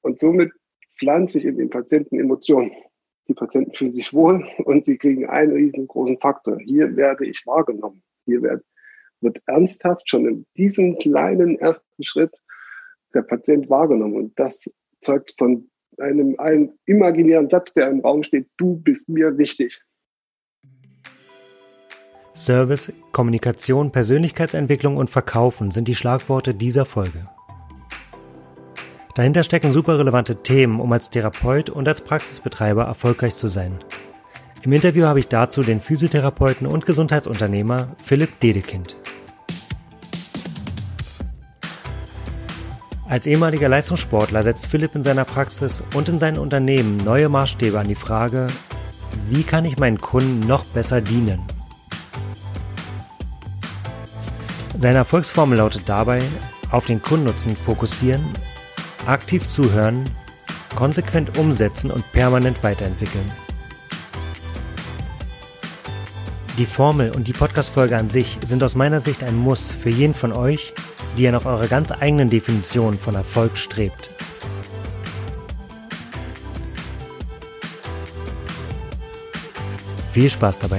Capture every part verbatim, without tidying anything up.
Und somit pflanze ich in den Patienten Emotionen. Die Patienten fühlen sich wohl und sie kriegen einen riesengroßen Faktor. Hier werde ich wahrgenommen. Hier wird, wird ernsthaft schon in diesem kleinen ersten Schritt der Patient wahrgenommen. Und das zeugt von einem, einem imaginären Satz, der im Raum steht: Du bist mir wichtig. Service, Kommunikation, Persönlichkeitsentwicklung und Verkaufen sind die Schlagworte dieser Folge. Dahinter stecken super relevante Themen, um als Therapeut und als Praxisbetreiber erfolgreich zu sein. Im Interview habe ich dazu den Physiotherapeuten und Gesundheitsunternehmer Philipp Dedekind. Als ehemaliger Leistungssportler setzt Philipp in seiner Praxis und in seinen Unternehmen neue Maßstäbe an die Frage: Wie kann ich meinen Kunden noch besser dienen? Seine Erfolgsformel lautet dabei: auf den Kundennutzen fokussieren, aktiv zuhören, konsequent umsetzen und permanent weiterentwickeln. Die Formel und die Podcast-Folge an sich sind aus meiner Sicht ein Muss für jeden von euch, die ihr nach eurer ganz eigenen Definition von Erfolg strebt. Viel Spaß dabei!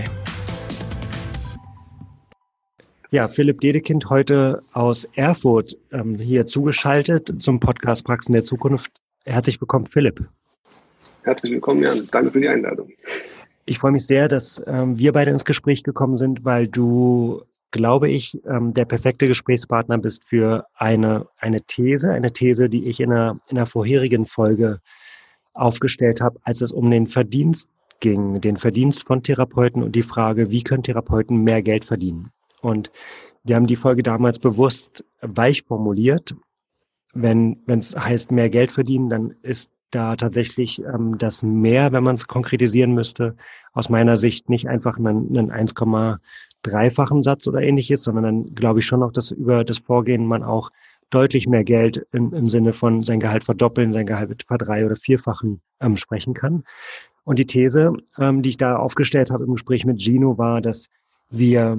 Ja, Philipp Dedekind heute aus Erfurt ähm, hier zugeschaltet zum Podcast Praxen der Zukunft. Herzlich willkommen, Philipp. Herzlich willkommen, Jan. Danke für die Einladung. Ich freue mich sehr, dass ähm, wir beide ins Gespräch gekommen sind, weil du, glaube ich, ähm, der perfekte Gesprächspartner bist für eine, eine These, eine These, die ich in einer, in einer vorherigen Folge aufgestellt habe, als es um den Verdienst ging, den Verdienst von Therapeuten und die Frage, wie können Therapeuten mehr Geld verdienen? Und wir haben die Folge damals bewusst weich formuliert. Wenn wenn es heißt, mehr Geld verdienen, dann ist da tatsächlich ähm, das Mehr, wenn man es konkretisieren müsste, aus meiner Sicht nicht einfach einen, einen eins Komma drei-fachen Satz oder ähnliches, sondern dann glaube ich schon noch, dass über das Vorgehen man auch deutlich mehr Geld im, im Sinne von sein Gehalt verdoppeln, sein Gehalt verdrei- oder vierfachen ähm, sprechen kann. Und die These, ähm, die ich da aufgestellt habe im Gespräch mit Gino, war, dass wir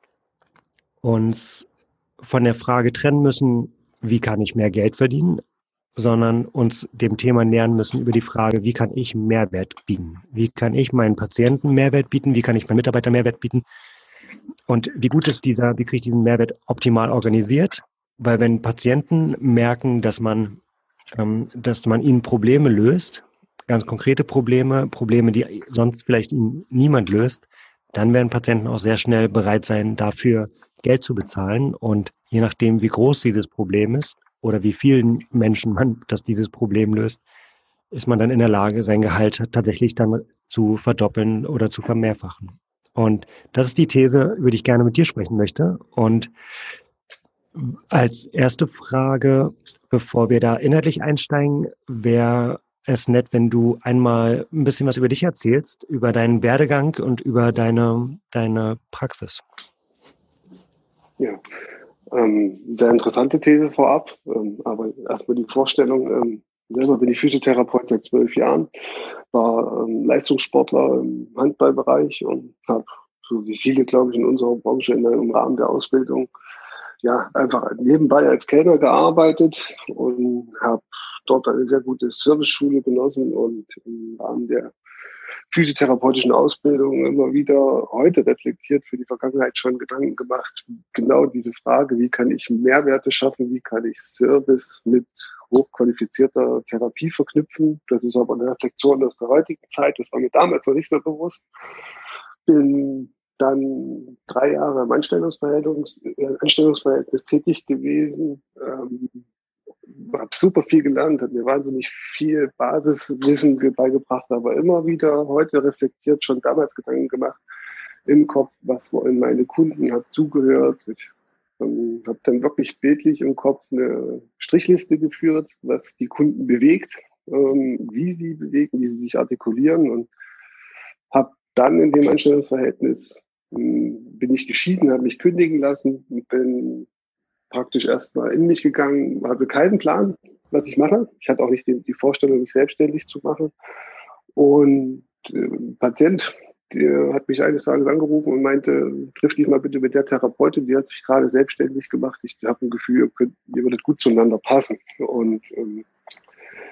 uns von der Frage trennen müssen, wie kann ich mehr Geld verdienen, sondern uns dem Thema nähern müssen über die Frage, wie kann ich Mehrwert bieten? Wie kann ich meinen Patienten Mehrwert bieten? Wie kann ich meinen Mitarbeitern Mehrwert bieten? Und wie gut ist dieser, wie kriege ich diesen Mehrwert optimal organisiert? Weil wenn Patienten merken, dass man, ähm, dass man ihnen Probleme löst, ganz konkrete Probleme, Probleme, die sonst vielleicht ihnen niemand löst, dann werden Patienten auch sehr schnell bereit sein, dafür Geld zu bezahlen. Und je nachdem, wie groß dieses Problem ist oder wie vielen Menschen man das dieses Problem löst, ist man dann in der Lage, sein Gehalt tatsächlich dann zu verdoppeln oder zu vermehrfachen. Und das ist die These, über die ich gerne mit dir sprechen möchte. Und als erste Frage, bevor wir da inhaltlich einsteigen, wäre es nett, wenn du einmal ein bisschen was über dich erzählst, über deinen Werdegang und über deine, deine Praxis. Ja, ähm, sehr interessante These vorab, ähm, aber erstmal die Vorstellung. Ähm, selber bin ich Physiotherapeut seit zwölf Jahren, war ähm, Leistungssportler im Handballbereich und habe, so wie viele, glaube ich, in unserer Branche in, im Rahmen der Ausbildung, ja, einfach nebenbei als Kellner gearbeitet und habe dort eine sehr gute Serviceschule genossen und im Rahmen der physiotherapeutischen Ausbildung immer wieder heute reflektiert, für die Vergangenheit schon Gedanken gemacht. Genau diese Frage, wie kann ich Mehrwerte schaffen, wie kann ich Service mit hochqualifizierter Therapie verknüpfen. Das ist aber eine Reflexion aus der heutigen Zeit, das war mir damals noch nicht so bewusst. Bin dann drei Jahre im Anstellungsverhältnis, äh, Anstellungsverhältnis tätig gewesen, ähm, habe super viel gelernt, hat mir wahnsinnig viel Basiswissen beigebracht, aber immer wieder heute reflektiert, schon damals Gedanken gemacht im Kopf, was wollen meine Kunden, habe zugehört. Ich ähm, habe dann wirklich bildlich im Kopf eine Strichliste geführt, was die Kunden bewegt, ähm, wie sie bewegen, wie sie sich artikulieren und habe dann in dem Anstellungsverhältnis ähm, bin ich geschieden, habe mich kündigen lassen, bin praktisch erstmal in mich gegangen, hatte keinen Plan, was ich mache. Ich hatte auch nicht die, die Vorstellung, mich selbstständig zu machen. Und äh, ein Patient, der hat mich eines Tages angerufen und meinte, triff dich mal bitte mit der Therapeutin, die hat sich gerade selbstständig gemacht. Ich habe ein Gefühl, ihr, könnt, ihr würdet gut zueinander passen. Und ähm,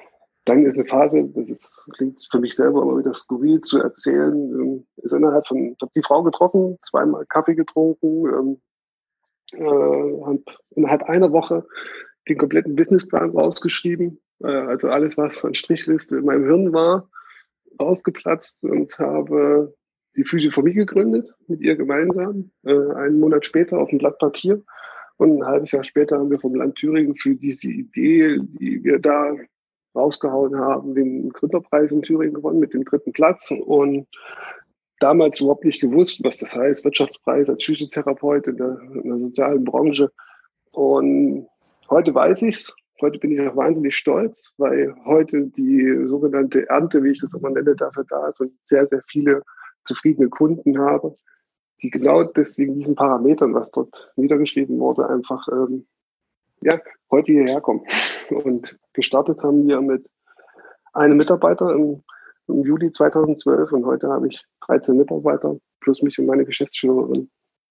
dann ist eine Phase, das ist, klingt für mich selber immer wieder skurril zu erzählen, ist innerhalb von, ich habe die Frau getroffen, zweimal Kaffee getrunken, äh, habe innerhalb einer Woche den kompletten Businessplan rausgeschrieben, äh, also alles, was an Strichliste in meinem Hirn war, rausgeplatzt und habe die Physiophonie gegründet, mit ihr gemeinsam, äh, einen Monat später auf dem Blatt Papier. Und ein halbes Jahr später haben wir vom Land Thüringen für diese Idee, die wir da rausgehauen haben, den Gründerpreis in Thüringen gewonnen mit dem dritten Platz. Und damals überhaupt nicht gewusst, was das heißt, Wirtschaftspreis als Physiotherapeut in der, in der sozialen Branche. Und heute weiß ich's. Heute bin ich auch wahnsinnig stolz, weil heute die sogenannte Ernte, wie ich das immer nenne, dafür da ist und sehr, sehr viele zufriedene Kunden habe, die genau deswegen diesen Parametern, was dort niedergeschrieben wurde, einfach ähm, ja, heute hierher kommen. Und gestartet haben wir mit einem Mitarbeiter im, im Juli zweitausendzwölf und heute habe ich dreizehn Mitarbeiter plus mich und meine Geschäftsführerin.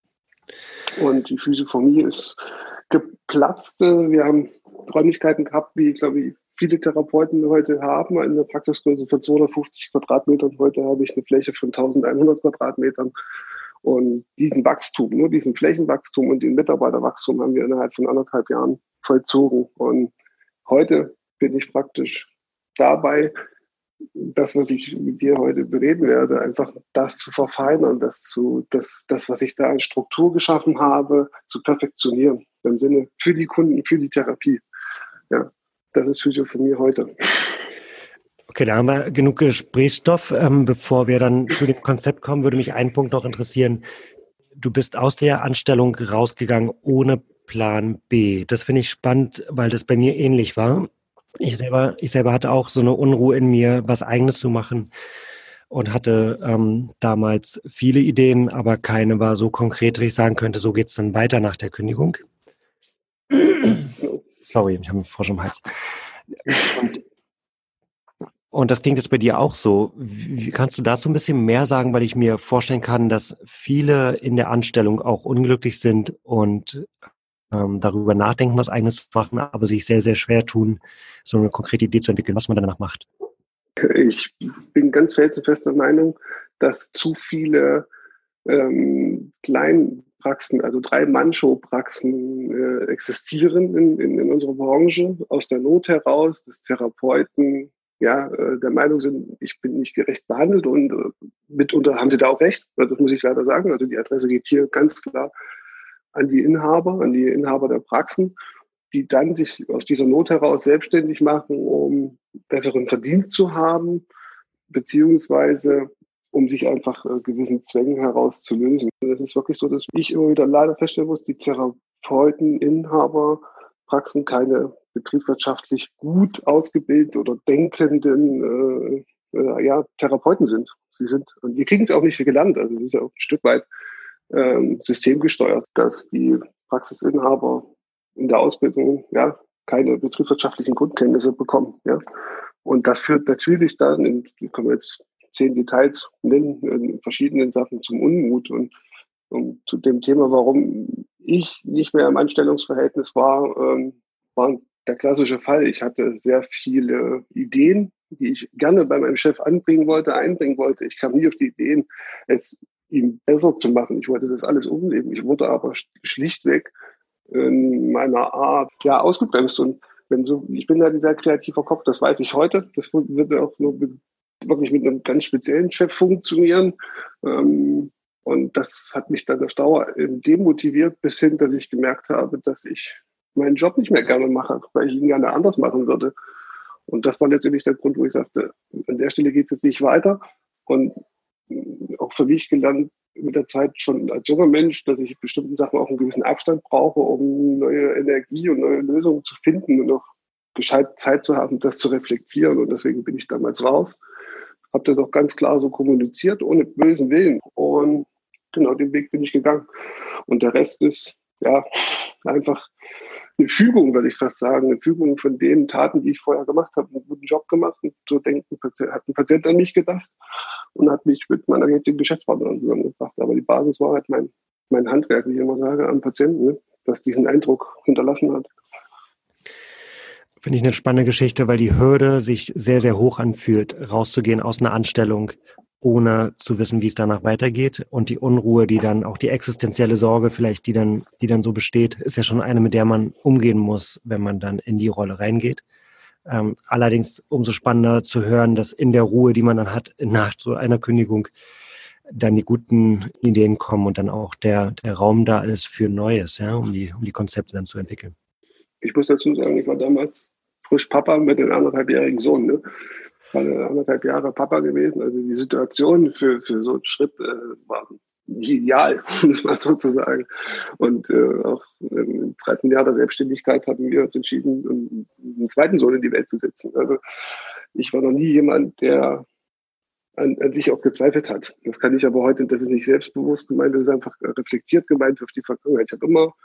Und die Physiophonie ist geplatzt. Wir haben Räumlichkeiten gehabt, wie ich glaube, viele Therapeuten heute haben, in der Praxisgröße von zweihundertfünfzig Quadratmetern. Heute habe ich eine Fläche von eintausendeinhundert Quadratmetern. Und diesen Wachstum, nur diesen Flächenwachstum und den Mitarbeiterwachstum haben wir innerhalb von anderthalb Jahren vollzogen. Und heute bin ich praktisch dabei, das, was ich mit dir heute bereden werde, einfach das zu verfeinern, das zu, das, das, was ich da an Struktur geschaffen habe, zu perfektionieren. Im Sinne für die Kunden, für die Therapie. Ja, das ist Physio für mich heute. Okay, da haben wir genug Gesprächsstoff. Ähm, bevor wir dann zu dem Konzept kommen, würde mich ein Punkt noch interessieren. Du bist aus der Anstellung rausgegangen ohne Plan B. Das finde ich spannend, weil das bei mir ähnlich war. Ich selber, ich selber hatte auch so eine Unruhe in mir, was Eigenes zu machen und hatte ähm, damals viele Ideen, aber keine war so konkret, dass ich sagen könnte, so geht's dann weiter nach der Kündigung. Sorry, ich habe einen Frosch im Hals. Und Und das klingt jetzt bei dir auch so. Wie kannst du dazu ein bisschen mehr sagen, weil ich mir vorstellen kann, dass viele in der Anstellung auch unglücklich sind und ähm, darüber nachdenken, was Eigenes zu machen, aber sich sehr, sehr schwer tun, so eine konkrete Idee zu entwickeln, was man danach macht. Ich bin ganz felsenfest der Meinung, dass zu viele ähm, Kleinpraxen, also Drei-Mann-Show-Praxen äh, existieren in, in, in unserer Branche, aus der Not heraus, dass Therapeuten ja, äh, der Meinung sind, ich bin nicht gerecht behandelt und äh, mitunter haben sie da auch recht, das muss ich leider sagen. Also die Adresse geht hier ganz klar an die Inhaber, an die Inhaber der Praxen, die dann sich aus dieser Not heraus selbstständig machen, um besseren Verdienst zu haben, beziehungsweise um sich einfach äh, gewissen Zwängen herauszulösen. Es ist wirklich so, dass ich immer wieder leider feststellen muss, die Therapeuten, Inhaber, Praxen keine betriebswirtschaftlich gut ausgebildeten oder denkenden äh, äh, ja, Therapeuten sind. Sie sind, und wir kriegen es auch nicht gelernt, also es ist ja auch ein Stück weit ähm, systemgesteuert, dass die Praxisinhaber in der Ausbildung ja keine betriebswirtschaftlichen Grundkenntnisse bekommen. Ja. Und das führt natürlich dann, in, wie können wir jetzt zehn Details nennen, in verschiedenen Sachen zum Unmut. Und, und zu dem Thema, warum ich nicht mehr im Anstellungsverhältnis war, ähm, war der klassische Fall. Ich hatte sehr viele Ideen, die ich gerne bei meinem Chef anbringen wollte, einbringen wollte. Ich kam nie auf die Ideen, es ihm besser zu machen. Ich wollte das alles umleben. Ich wurde aber schlichtweg in meiner Art ja ausgebremst. Und wenn so, ich bin halt ein sehr kreativer Kopf, das weiß ich heute. Das würde auch nur mit, wirklich mit einem ganz speziellen Chef funktionieren. Ähm, und das hat mich dann auf Dauer demotiviert, bis hin, dass ich gemerkt habe, dass ich meinen Job nicht mehr gerne mache, weil ich ihn gerne anders machen würde. Und das war letztendlich der Grund, wo ich sagte, an der Stelle geht es jetzt nicht weiter. Und auch für mich gelernt mit der Zeit schon als junger Mensch, dass ich bestimmten Sachen auch einen gewissen Abstand brauche, um neue Energie und neue Lösungen zu finden und auch gescheit Zeit zu haben, das zu reflektieren. Und deswegen bin ich damals raus, habe das auch ganz klar so kommuniziert, ohne bösen Willen. Und genau den Weg bin ich gegangen. Und der Rest ist ja einfach eine Fügung, würde ich fast sagen, eine Fügung von den Taten, die ich vorher gemacht habe, einen guten Job gemacht. Und so denken, hat ein Patient an mich gedacht und hat mich mit meiner jetzigen Geschäftspartnerin zusammengebracht. Aber die Basis war halt mein, mein Handwerk, wie ich immer sage, am Patienten, ne, das diesen Eindruck hinterlassen hat. Finde ich eine spannende Geschichte, weil die Hürde sich sehr, sehr hoch anfühlt, rauszugehen aus einer Anstellung, ohne zu wissen, wie es danach weitergeht. Und die Unruhe, die dann, auch die existenzielle Sorge vielleicht, die dann, die dann so besteht, ist ja schon eine, mit der man umgehen muss, wenn man dann in die Rolle reingeht. Ähm, allerdings umso spannender zu hören, dass in der Ruhe, die man dann hat, nach so einer Kündigung, dann die guten Ideen kommen und dann auch der, der Raum da ist für Neues, ja, um die, um die Konzepte dann zu entwickeln. Ich muss dazu sagen, ich war damals frisch Papa mit einem anderthalbjährigen Sohn. Ne? War anderthalb Jahre Papa gewesen. Also die Situation für, für so einen Schritt äh, war ideal, muss man sozusagen. Und äh, auch im dreiten Jahr der Selbstständigkeit haben wir uns entschieden, einen zweiten Sohn in die Welt zu setzen. Also ich war noch nie jemand, der an, an sich auch gezweifelt hat. Das kann ich aber heute, das ist nicht selbstbewusst gemeint, das ist einfach reflektiert gemeint auf die Vergangenheit. Ich habe immer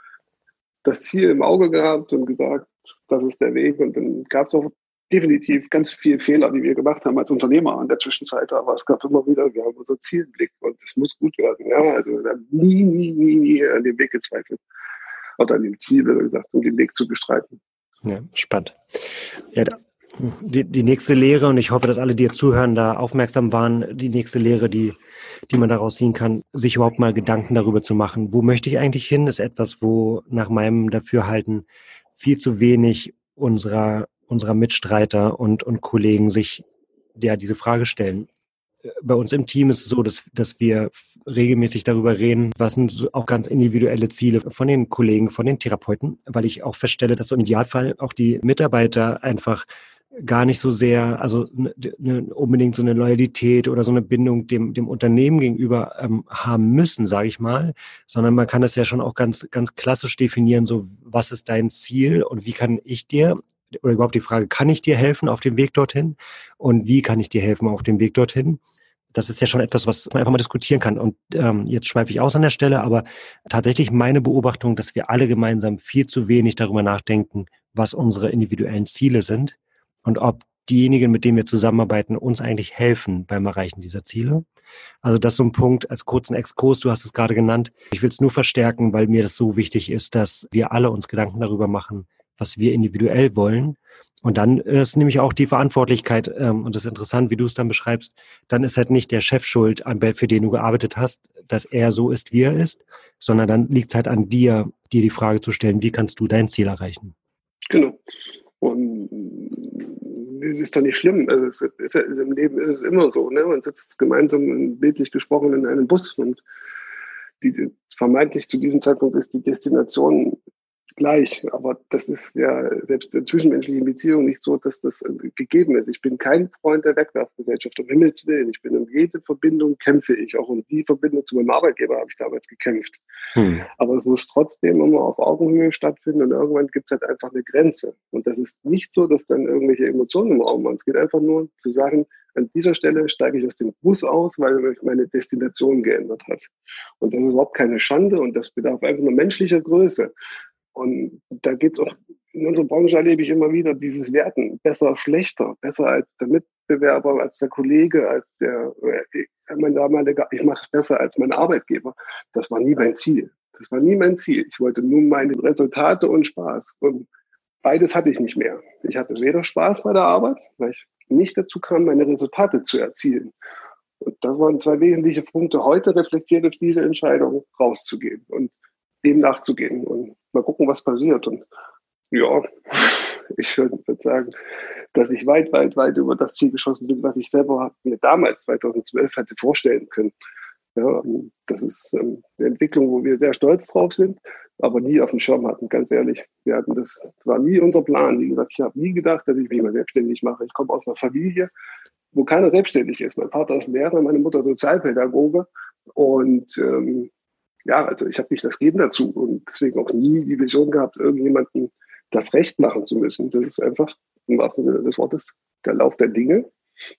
das Ziel im Auge gehabt und gesagt, das ist der Weg. Und dann gab es auch definitiv ganz viele Fehler, die wir gemacht haben als Unternehmer in der Zwischenzeit. Aber es gab immer wieder, wir haben unser Ziel im Blick und es muss gut werden. Ja, also wir haben nie, nie, nie, nie an dem Weg gezweifelt. Oder an dem Ziel, wie gesagt, um den Weg zu bestreiten. Ja, spannend. Ja, die, die nächste Lehre, und ich hoffe, dass alle, die hier zuhören, da aufmerksam waren, die nächste Lehre, die, die man daraus ziehen kann, sich überhaupt mal Gedanken darüber zu machen. Wo möchte ich eigentlich hin? Ist etwas, wo nach meinem Dafürhalten viel zu wenig unserer, unserer Mitstreiter und, und Kollegen sich ja diese Frage stellen. Bei uns im Team ist es so, dass, dass wir regelmäßig darüber reden, was sind so auch ganz individuelle Ziele von den Kollegen, von den Therapeuten, weil ich auch feststelle, dass so im Idealfall auch die Mitarbeiter einfach gar nicht so sehr, also ne, ne, unbedingt so eine Loyalität oder so eine Bindung dem, dem Unternehmen gegenüber ähm, haben müssen, sage ich mal, sondern man kann das ja schon auch ganz, ganz klassisch definieren, so was ist dein Ziel und wie kann ich dir, oder überhaupt die Frage, kann ich dir helfen auf dem Weg dorthin und wie kann ich dir helfen auf dem Weg dorthin? Das ist ja schon etwas, was man einfach mal diskutieren kann. Und ähm, jetzt schweife ich aus an der Stelle, aber tatsächlich meine Beobachtung, dass wir alle gemeinsam viel zu wenig darüber nachdenken, was unsere individuellen Ziele sind und ob diejenigen, mit denen wir zusammenarbeiten, uns eigentlich helfen beim Erreichen dieser Ziele. Also das ist so ein Punkt als kurzen Exkurs, du hast es gerade genannt. Ich will es nur verstärken, weil mir das so wichtig ist, dass wir alle uns Gedanken darüber machen, was wir individuell wollen. Und dann ist nämlich auch die Verantwortlichkeit, ähm, und das ist interessant, wie du es dann beschreibst, dann ist halt nicht der Chef schuld, für den du gearbeitet hast, dass er so ist, wie er ist, sondern dann liegt es halt an dir, dir die Frage zu stellen, wie kannst du dein Ziel erreichen? Genau. Und es ist doch nicht schlimm. Also es ist, es im Leben ist es immer so. Ne? Man sitzt gemeinsam, bildlich gesprochen, in einem Bus und die, vermeintlich zu diesem Zeitpunkt ist die Destination gleich, aber das ist ja selbst in zwischenmenschlichen Beziehungen nicht so, dass das gegeben ist. Ich bin kein Freund der Wegwerfgesellschaft, um Himmels Willen. Ich bin um jede Verbindung kämpfe ich. Auch um die Verbindung zu meinem Arbeitgeber habe ich damals gekämpft. Hm. Aber es muss trotzdem immer auf Augenhöhe stattfinden und irgendwann gibt es halt einfach eine Grenze. Und das ist nicht so, dass dann irgendwelche Emotionen im Raum waren. Es geht einfach nur zu sagen, an dieser Stelle steige ich aus dem Bus aus, weil meine Destination geändert hat. Und das ist überhaupt keine Schande und das bedarf einfach nur menschlicher Größe. Und da geht es auch, in unserer Branche erlebe ich immer wieder dieses Werten, besser, schlechter, besser als der Mitbewerber, als der Kollege, als der, mein damaliger, ich mache es besser als mein Arbeitgeber. Das war nie mein Ziel. Das war nie mein Ziel. Ich wollte nur meine Resultate und Spaß. Und beides hatte ich nicht mehr. Ich hatte weder Spaß bei der Arbeit, weil ich nicht dazu kam, meine Resultate zu erzielen. Und das waren zwei wesentliche Punkte. Heute reflektiert auf diese Entscheidung, rauszugehen und dem nachzugehen und mal gucken, was passiert. Und ja, ich würde sagen, dass ich weit, weit, weit über das Ziel geschossen bin, was ich selber mir damals zweitausendzwölf hätte vorstellen können. Ja, das ist eine Entwicklung, wo wir sehr stolz drauf sind, aber nie auf dem Schirm hatten, ganz ehrlich. Wir hatten das, war nie unser Plan. Wie gesagt, ich habe nie gedacht, dass ich mich mal selbstständig mache. Ich komme aus einer Familie, wo keiner selbstständig ist. Mein Vater ist Lehrer, meine Mutter Sozialpädagoge und ähm, ja, also ich habe nicht das Gehen dazu und deswegen auch nie die Vision gehabt, irgendjemandem das Recht machen zu müssen. Das ist einfach im wahrsten Sinne des Wortes der Lauf der Dinge.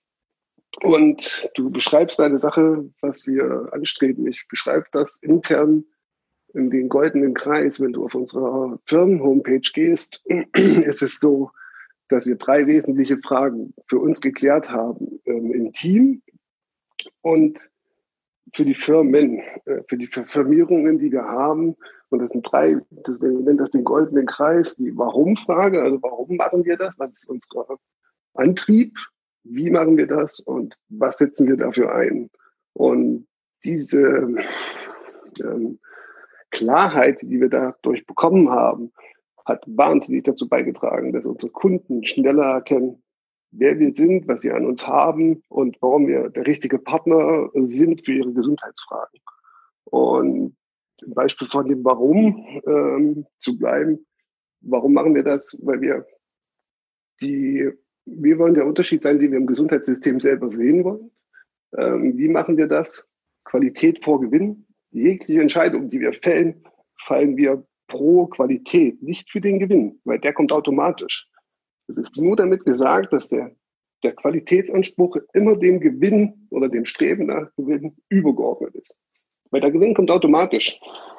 Und du beschreibst eine Sache, was wir anstreben. Ich beschreibe das intern in den goldenen Kreis. Wenn du auf unserer Firmen-Homepage gehst, ist es so, dass wir drei wesentliche Fragen für uns geklärt haben ähm, im Team und für die Firmen, äh, für die Firmierungen, die wir haben. Und das sind drei, das, wir nennen das den goldenen Kreis, die Warum-Frage. Also warum machen wir das? Was ist unser Antrieb? Wie machen wir das? Und was setzen wir dafür ein? Und diese ähm, Klarheit, die wir dadurch bekommen haben, hat wahnsinnig dazu beigetragen, dass unsere Kunden schneller erkennen, wer wir sind, was sie an uns haben und warum wir der richtige Partner sind für ihre Gesundheitsfragen. Und im Beispiel von dem Warum ähm, zu bleiben. Warum machen wir das? Weil wir die, wir wollen der Unterschied sein, den wir im Gesundheitssystem selber sehen wollen. Ähm, wie machen wir das? Qualität vor Gewinn. Jegliche Entscheidung, die wir fällen, fallen wir pro Qualität, nicht für den Gewinn, weil der kommt automatisch. Es ist nur damit gesagt, dass der, der Qualitätsanspruch immer dem Gewinn oder dem Streben nach Gewinn übergeordnet ist. Weil der Gewinn kommt automatisch.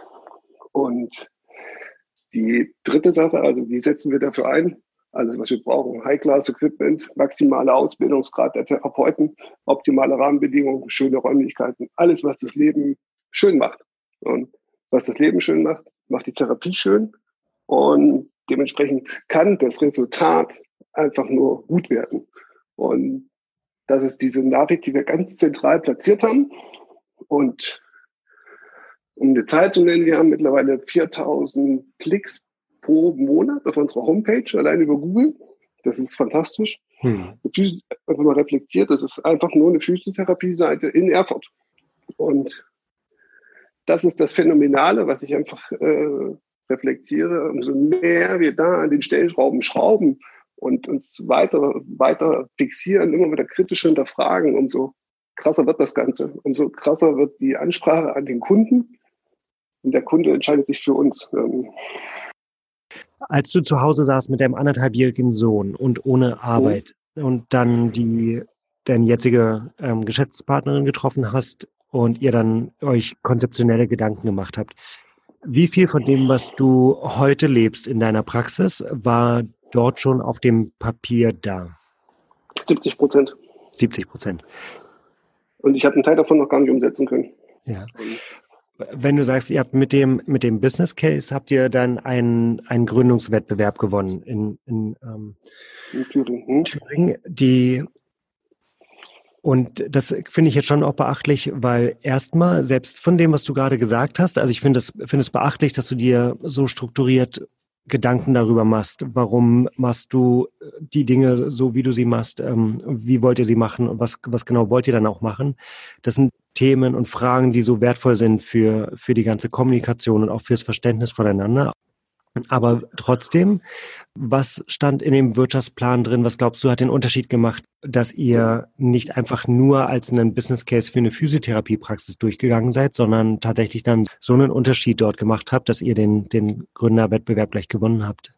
Und die dritte Sache, also wie setzen wir dafür ein? Alles, was wir brauchen, High-Class-Equipment, maximale Ausbildungsgrad der Therapeuten, optimale Rahmenbedingungen, schöne Räumlichkeiten, alles, was das Leben schön macht. Und was das Leben schön macht, macht die Therapie schön. Und dementsprechend kann das Resultat einfach nur gut werden. Und das ist diese Nachricht, die wir ganz zentral platziert haben. Und um eine Zahl zu nennen, wir haben mittlerweile viertausend Klicks pro Monat auf unserer Homepage, allein über Google. Das ist fantastisch. Hm. Einfach mal reflektiert, das ist einfach nur eine Physiotherapie-Seite in Erfurt. Und das ist das Phänomenale, was ich einfach äh, reflektiere. Umso mehr wir da an den Stellschrauben schrauben und uns weiter, weiter fixieren, immer wieder kritisch hinterfragen, umso krasser wird das Ganze. Umso krasser wird die Ansprache an den Kunden. Und der Kunde entscheidet sich für uns. Als du zu Hause saßt mit deinem anderthalbjährigen Sohn und ohne Arbeit oh. und dann die deine jetzige ähm, Geschäftspartnerin getroffen hast und ihr dann euch konzeptionelle Gedanken gemacht habt, wie viel von dem, was du heute lebst in deiner Praxis, war dort schon auf dem Papier da? siebzig Prozent. siebzig Prozent. Und ich habe einen Teil davon noch gar nicht umsetzen können. Ja. Wenn du sagst, ihr habt mit dem, mit dem Business Case, habt ihr dann einen, einen Gründungswettbewerb gewonnen in, in, ähm, in Thüringen. Hm? Thüringen, die, und das finde ich jetzt schon auch beachtlich, weil erstmal, selbst von dem, was du gerade gesagt hast, also ich finde es, finde es beachtlich, dass du dir so strukturiert Gedanken darüber machst, warum machst du die Dinge so, wie du sie machst, ähm, wie wollt ihr sie machen und was, was genau wollt ihr dann auch machen. Das sind Themen und Fragen, die so wertvoll sind für, für die ganze Kommunikation und auch fürs Verständnis voneinander. Aber trotzdem, was stand in dem Wirtschaftsplan drin? Was glaubst du, hat den Unterschied gemacht, dass ihr nicht einfach nur als einen Business Case für eine Physiotherapiepraxis durchgegangen seid, sondern tatsächlich dann so einen Unterschied dort gemacht habt, dass ihr den, den Gründerwettbewerb gleich gewonnen habt?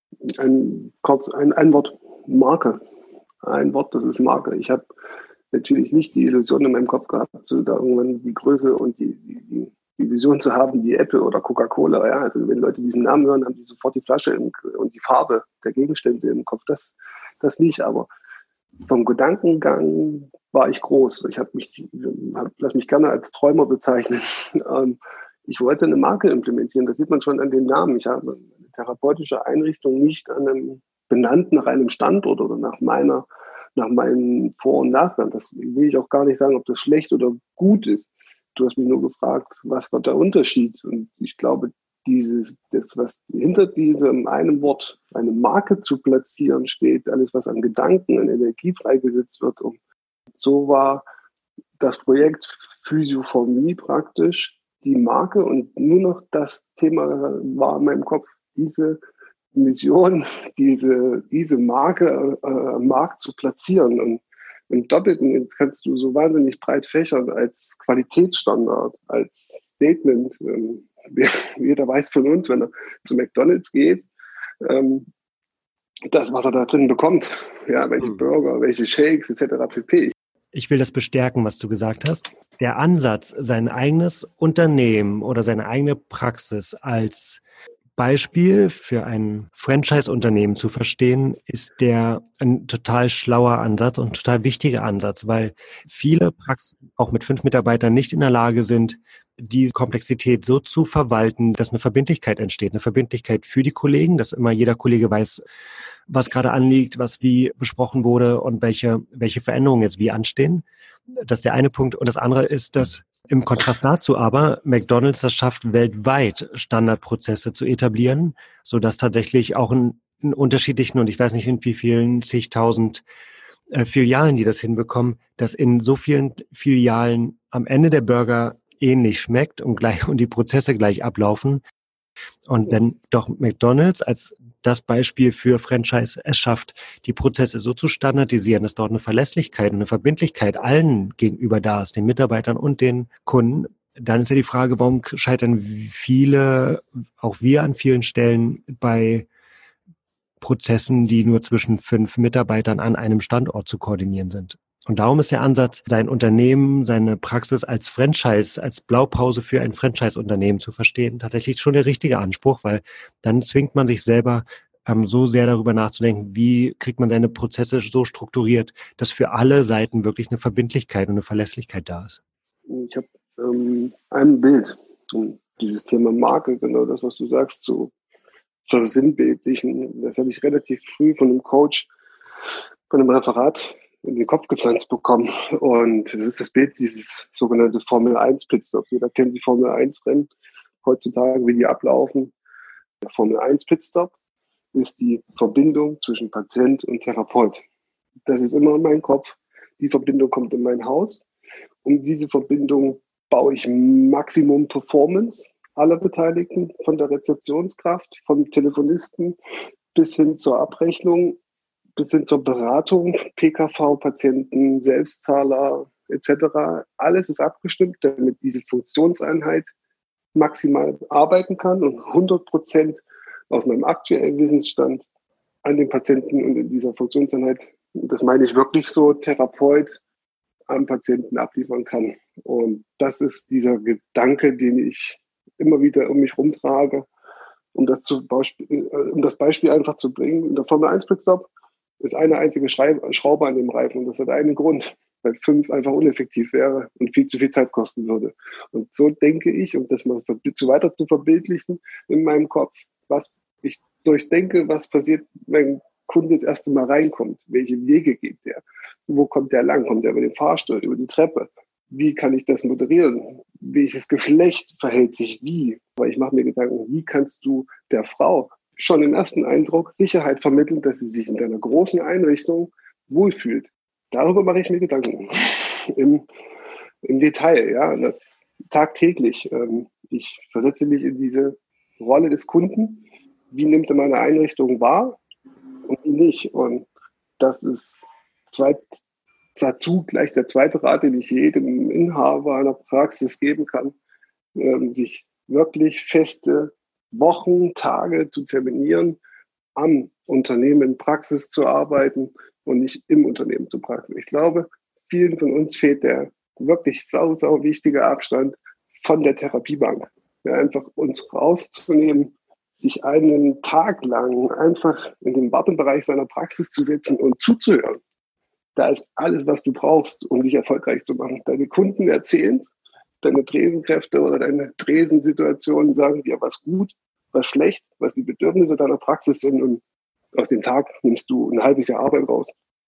Ein, kurz, ein, ein Wort, Marke. Ein Wort, das ist Marke. Ich habe natürlich nicht die Illusion in meinem Kopf gehabt, so da irgendwann die Größe und die, die, die Vision zu haben wie Apple oder Coca-Cola. Ja? Also wenn Leute diesen Namen hören, haben die sofort die Flasche im, und die Farbe der Gegenstände im Kopf. Das, das nicht, aber vom Gedankengang war ich groß. Ich habe mich, hab, lass mich gerne als Träumer bezeichnen. Ähm, ich wollte eine Marke implementieren. Das sieht man schon an dem Namen. Ich habe eine therapeutische Einrichtung nicht an einem benannt nach einem Standort oder nach meiner nach meinen Vor- und Nachteilen. Das will ich auch gar nicht sagen, ob das schlecht oder gut ist. Du hast mich nur gefragt, was war der Unterschied? Und ich glaube, dieses, das, was hinter diesem einem Wort, eine Marke zu platzieren steht, alles, was an Gedanken, an Energie freigesetzt wird. Und so war das Projekt Physio for Me praktisch die Marke und nur noch das Thema war in meinem Kopf, diese Mission, diese, diese Marke äh, am Markt zu platzieren. Und im Doppelten kannst du so wahnsinnig breit fächern als Qualitätsstandard, als Statement. Ähm, jeder weiß von uns, wenn er zu McDonald's geht, ähm, das, was er da drin bekommt. Ja, welche mhm. Burger, welche Shakes et cetera pp. Ich will das bestärken, was du gesagt hast. Der Ansatz, sein eigenes Unternehmen oder seine eigene Praxis als Beispiel für ein Franchise-Unternehmen zu verstehen, ist der ein total schlauer Ansatz und ein total wichtiger Ansatz, weil viele Praxen auch mit fünf Mitarbeitern nicht in der Lage sind, diese Komplexität so zu verwalten, dass eine Verbindlichkeit entsteht. Eine Verbindlichkeit für die Kollegen, dass immer jeder Kollege weiß, was gerade anliegt, was wie besprochen wurde und welche, welche Veränderungen jetzt wie anstehen. Das ist der eine Punkt. Und das andere ist, dass im Kontrast dazu aber McDonald's das schafft, weltweit Standardprozesse zu etablieren, sodass tatsächlich auch in, in unterschiedlichen, und ich weiß nicht in wie vielen zigtausend äh, Filialen, die das hinbekommen, dass in so vielen Filialen am Ende der Burger ähnlich schmeckt und gleich und die Prozesse gleich ablaufen. Und wenn doch McDonald's als das Beispiel für Franchise es schafft, die Prozesse so zu standardisieren, dass dort eine Verlässlichkeit und eine Verbindlichkeit allen gegenüber da ist, den Mitarbeitern und den Kunden, dann ist ja die Frage, warum scheitern viele, auch wir an vielen Stellen, bei Prozessen, die nur zwischen fünf Mitarbeitern an einem Standort zu koordinieren sind. Und darum ist der Ansatz, sein Unternehmen, seine Praxis als Franchise, als Blaupause für ein Franchise-Unternehmen zu verstehen, tatsächlich schon der richtige Anspruch, weil dann zwingt man sich selber ähm, so sehr darüber nachzudenken, wie kriegt man seine Prozesse so strukturiert, dass für alle Seiten wirklich eine Verbindlichkeit und eine Verlässlichkeit da ist. Ich habe ähm, ein Bild, um dieses Thema Marke, genau das, was du sagst, zu versinnbildlichen. Das habe ich relativ früh von einem Coach, von einem Referat in den Kopf gepflanzt bekommen. Und es ist das Bild dieses sogenannte Formel eins Pitstop. Jeder kennt die Formel eins Rennen heutzutage, wie die ablaufen. Der Formel eins Pitstop ist die Verbindung zwischen Patient und Therapeut. Das ist immer in meinem Kopf. Die Verbindung kommt in mein Haus. Um diese Verbindung baue ich Maximum Performance aller Beteiligten, von der Rezeptionskraft, vom Telefonisten bis hin zur Abrechnung, bis hin zur Beratung, P K V-Patienten, Selbstzahler et cetera. Alles ist abgestimmt, damit diese Funktionseinheit maximal arbeiten kann und hundert Prozent aus meinem aktuellen Wissensstand an den Patienten und in dieser Funktionseinheit, das meine ich wirklich so, Therapeut am Patienten abliefern kann. Und das ist dieser Gedanke, den ich immer wieder um mich rumtrage, um das, zu Beispiel, um das Beispiel einfach zu bringen. In der Formel eins Pitstop ist eine einzige Schraube an dem Reifen und das hat einen Grund, weil fünf einfach uneffektiv wäre und viel zu viel Zeit kosten würde. Und so denke ich, um das mal zu weiter zu verbildlichen in meinem Kopf, was ich durchdenke, was passiert, wenn ein Kunde das erste Mal reinkommt, welche Wege geht der, wo kommt der lang, kommt der über den Fahrstuhl, über die Treppe, wie kann ich das moderieren, welches Geschlecht verhält sich wie, weil ich mache mir Gedanken, wie kannst du der Frau schon im ersten Eindruck Sicherheit vermitteln, dass sie sich in deiner großen Einrichtung wohlfühlt. Darüber mache ich mir Gedanken im, im Detail, ja, und das tagtäglich. Ich versetze mich in diese Rolle des Kunden. Wie nimmt er meine Einrichtung wahr und wie nicht? Und das ist zweit, dazu gleich der zweite Rat, den ich jedem Inhaber einer Praxis geben kann, sich wirklich feste Wochen, Tage zu terminieren, am Unternehmen Praxis zu arbeiten und nicht im Unternehmen zu Praxis. Ich glaube, vielen von uns fehlt der wirklich sau, sau wichtige Abstand von der Therapiebank. Ja, einfach uns rauszunehmen, sich einen Tag lang einfach in den Wartebereich seiner Praxis zu setzen und zuzuhören. Da ist alles, was du brauchst, um dich erfolgreich zu machen. Deine Kunden erzählen es, deine Tresenkräfte oder deine Tresensituationen sagen dir, was gut, was schlecht, was die Bedürfnisse deiner Praxis sind, und aus dem Tag nimmst du ein halbes Jahr Arbeit raus.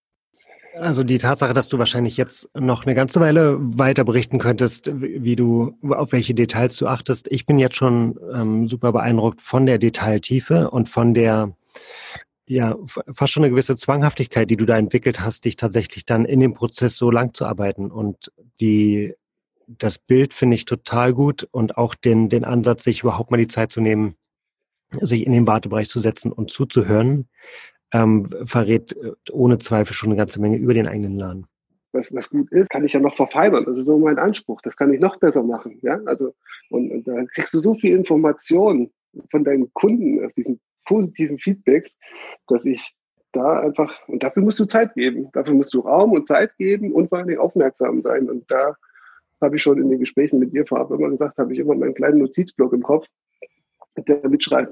Also die Tatsache, dass du wahrscheinlich jetzt noch eine ganze Weile weiter berichten könntest, wie du, auf welche Details du achtest. Ich bin jetzt schon ähm, super beeindruckt von der Detailtiefe und von der, ja, fast schon eine gewisse Zwanghaftigkeit, die du da entwickelt hast, dich tatsächlich dann in dem Prozess so lang zu arbeiten. Und die, das Bild finde ich total gut und auch den, den Ansatz, sich überhaupt mal die Zeit zu nehmen, sich in den Wartebereich zu setzen und zuzuhören, ähm, verrät ohne Zweifel schon eine ganze Menge über den eigenen Laden. Was, was gut ist, kann ich ja noch verfeinern. Das ist so mein Anspruch. Das kann ich noch besser machen. Ja, also, und, und da kriegst du so viel Information von deinen Kunden aus diesen positiven Feedbacks, dass ich da einfach, und dafür musst du Zeit geben. Dafür musst du Raum und Zeit geben und vor allem aufmerksam sein. Und da habe ich schon in den Gesprächen mit dir vorab immer gesagt, habe ich immer meinen kleinen Notizblock im Kopf, der mitschreibt.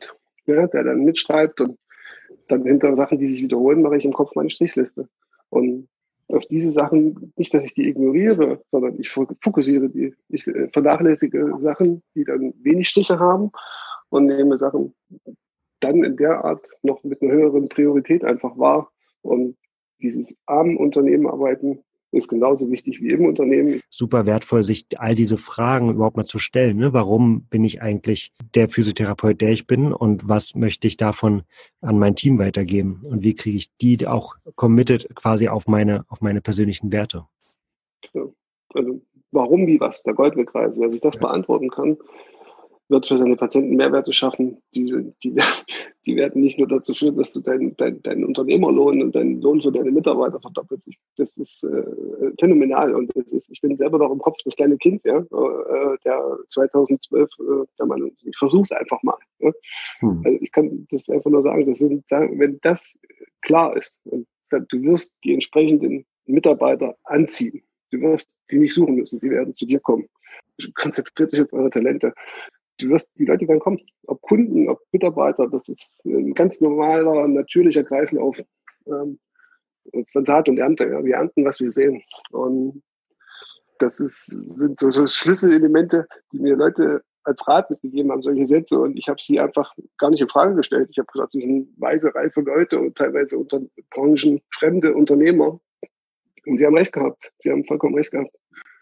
ja, der dann mitschreibt und dann hinter Sachen, die sich wiederholen, mache ich im Kopf meine Strichliste. Und auf diese Sachen, nicht, dass ich die ignoriere, sondern ich fokussiere die. Ich vernachlässige Sachen, die dann wenig Striche haben und nehme Sachen dann in der Art noch mit einer höheren Priorität einfach wahr. Und dieses am Unternehmen arbeiten ist genauso wichtig wie im Unternehmen. Super wertvoll, sich all diese Fragen überhaupt mal zu stellen. Ne? Warum bin ich eigentlich der Physiotherapeut, der ich bin, und was möchte ich davon an mein Team weitergeben? Und wie kriege ich die auch committed quasi auf meine, auf meine persönlichen Werte? Ja, also warum, wie, was, der Goldwegkreis. Wer sich das ja. beantworten kann, wird für seine Patienten Mehrwerte schaffen. Diese, die, die werden nicht nur dazu führen, dass du deinen dein, dein Unternehmerlohn und deinen Lohn für deine Mitarbeiter verdoppelst. Das ist äh, phänomenal. Und das ist, ich bin selber noch im Kopf das kleine Kind, ja, äh, der zweitausendzwölf, äh, der Mann, ich versuche es einfach mal. Ja. Hm. Also ich kann das einfach nur sagen, das sind, wenn das klar ist, und du wirst die entsprechenden Mitarbeiter anziehen. Du wirst die nicht suchen müssen, die werden zu dir kommen. Konzentriert dich auf eure Talente. Du wirst, die Leute werden kommen, ob Kunden, ob Mitarbeiter, das ist ein ganz normaler, natürlicher Kreislauf ähm, von Tat und Ernte. Ja. Wir ernten, was wir sehen. Und das ist, sind so, so Schlüsselelemente, die mir Leute als Rat mitgegeben haben, solche Sätze. Und ich habe sie einfach gar nicht in Frage gestellt. Ich habe gesagt, das sind weise, reife Leute und teilweise unter branchenfremde Unternehmer. Und sie haben recht gehabt. Sie haben vollkommen recht gehabt.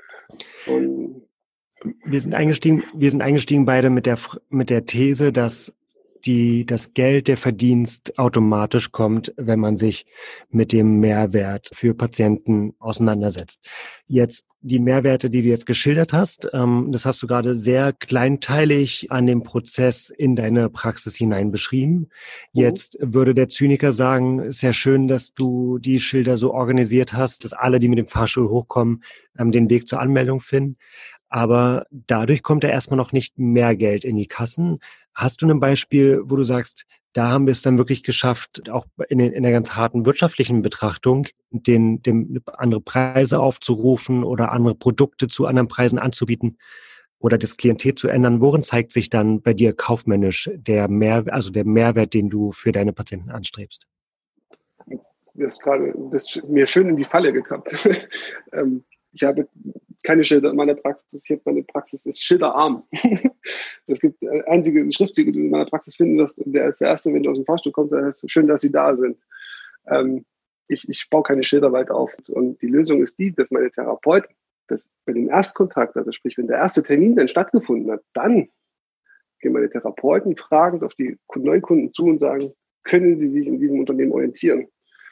Und Wir sind eingestiegen, wir sind eingestiegen beide mit der, mit der These, dass die, das Geld, der Verdienst automatisch kommt, wenn man sich mit dem Mehrwert für Patienten auseinandersetzt. Jetzt die Mehrwerte, die du jetzt geschildert hast, ähm, das hast du gerade sehr kleinteilig an dem Prozess in deine Praxis hinein beschrieben. Jetzt würde der Zyniker sagen, sehr schön, dass du die Schilder so organisiert hast, dass alle, die mit dem Fahrstuhl hochkommen, ähm, den Weg zur Anmeldung finden. Aber dadurch kommt ja erstmal noch nicht mehr Geld in die Kassen. Hast du ein Beispiel, wo du sagst, da haben wir es dann wirklich geschafft, auch in, den, in der ganz harten wirtschaftlichen Betrachtung, den, dem andere Preise aufzurufen oder andere Produkte zu anderen Preisen anzubieten oder das Klientel zu ändern? Worin zeigt sich dann bei dir kaufmännisch der Mehr, also der Mehrwert, den du für deine Patienten anstrebst? Das ist gerade das ist mir schön in die Falle gekappt. Ich habe keine Schilder in meiner Praxis. Ich habe meine Praxis ist schilderarm. Es gibt einzige Schriftzüge, die du in meiner Praxis finden wirst. Der ist der erste, wenn du aus dem Fahrstuhl kommst, dann ist es schön, dass sie da sind. Ähm, ich, ich baue keine Schilder weit auf. Und die Lösung ist die, dass meine Therapeuten, dass bei dem Erstkontakt, also sprich, wenn der erste Termin dann stattgefunden hat, dann gehen meine Therapeuten fragend auf die Neukunden zu und sagen, können sie sich in diesem Unternehmen orientieren?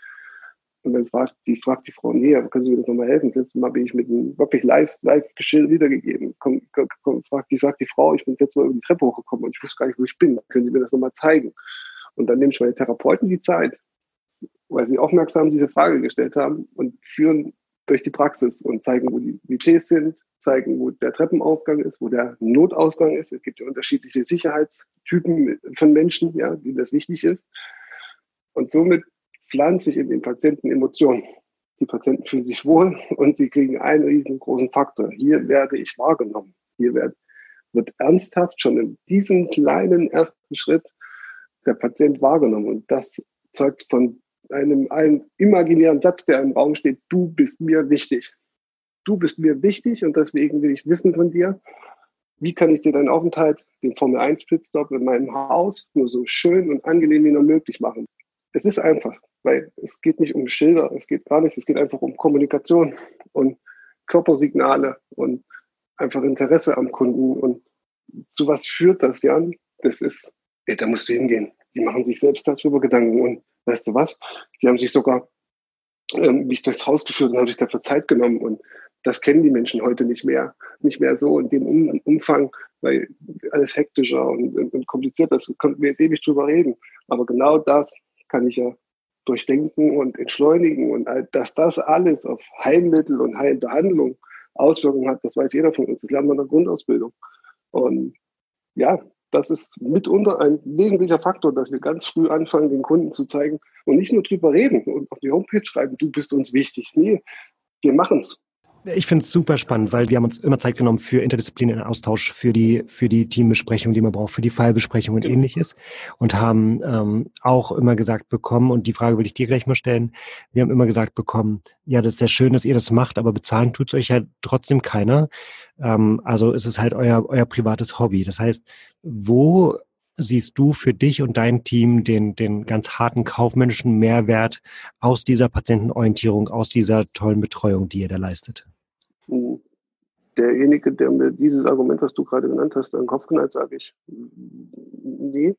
Und dann fragt die, fragt die Frau, nee, aber können Sie mir das nochmal helfen? Das letzte Mal bin ich mit einem wirklich live, live Geschilder wiedergegeben. Komm, komm, komm, fragt die, sagt die Frau, ich bin jetzt mal über die Treppe hochgekommen und ich wusste gar nicht, wo ich bin. Können Sie mir das nochmal zeigen? Und dann nehme ich meine Therapeuten die Zeit, weil sie aufmerksam diese Frage gestellt haben und führen durch die Praxis und zeigen, wo die W Cs sind, zeigen, wo der Treppenaufgang ist, wo der Notausgang ist. Es gibt ja unterschiedliche Sicherheitstypen von Menschen, ja, denen das wichtig ist. Und somit pflanze ich in den Patienten Emotionen. Die Patienten fühlen sich wohl und sie kriegen einen riesengroßen Faktor. Hier werde ich wahrgenommen. Hier wird, wird ernsthaft schon in diesem kleinen ersten Schritt der Patient wahrgenommen. Und das zeugt von einem, einem imaginären Satz, der im Raum steht, du bist mir wichtig. Du bist mir wichtig und deswegen will ich wissen von dir, wie kann ich dir deinen Aufenthalt, den Formel eins Pitstop in meinem Haus, nur so schön und angenehm wie nur möglich machen. Es ist einfach. Weil es geht nicht um Schilder, es geht gar nicht, es geht einfach um Kommunikation und Körpersignale und einfach Interesse am Kunden. Und zu was führt das, Jan? Das ist, ey, da musst du hingehen. Die machen sich selbst darüber Gedanken. Und weißt du was? Die haben sich sogar ähm, mich durchs Haus geführt und haben sich dafür Zeit genommen. Und das kennen die Menschen heute nicht mehr. Nicht mehr so in dem um- Umfang, weil alles hektischer und, und, und komplizierter ist. Da könnten wir jetzt ewig drüber reden. Aber genau das kann ich ja durchdenken und entschleunigen und dass das alles auf Heilmittel und Heilbehandlung Auswirkungen hat, das weiß jeder von uns. Das lernt man in der Grundausbildung. Und ja, das ist mitunter ein wesentlicher Faktor, dass wir ganz früh anfangen, den Kunden zu zeigen und nicht nur drüber reden und auf die Homepage schreiben, du bist uns wichtig. Nee, wir machen's. Ich finde es super spannend, weil wir haben uns immer Zeit genommen für interdisziplinären Austausch, für die für die Teambesprechung, die man braucht, für die Fallbesprechung und ähnliches und haben ähm, auch immer gesagt bekommen, und die Frage will ich dir gleich mal stellen, wir haben immer gesagt bekommen, ja, das ist sehr schön, dass ihr das macht, aber bezahlen tut's euch ja trotzdem keiner. Ähm, also es ist halt euer euer privates Hobby. Das heißt, wo siehst du für dich und dein Team den den ganz harten kaufmännischen Mehrwert aus dieser Patientenorientierung, aus dieser tollen Betreuung, die ihr da leistet? Derjenige, der mir dieses Argument, was du gerade genannt hast, an den Kopf knallt, sage ich, nee,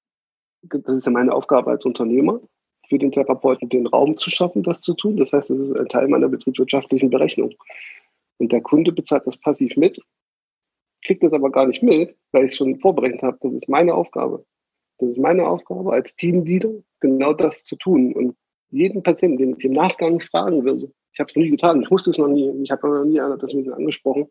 das ist ja meine Aufgabe als Unternehmer, für den Therapeuten den Raum zu schaffen, das zu tun. Das heißt, das ist ein Teil meiner betriebswirtschaftlichen Berechnung. Und der Kunde bezahlt das passiv mit, kriegt das aber gar nicht mit, weil ich es schon vorberechnet habe. Das ist meine Aufgabe. Das ist meine Aufgabe als Teamleader, genau das zu tun. Und jeden Patienten, den ich im Nachgang fragen würde, ich habe es noch nie getan, ich wusste es noch nie, ich habe noch nie einer das mit mir angesprochen,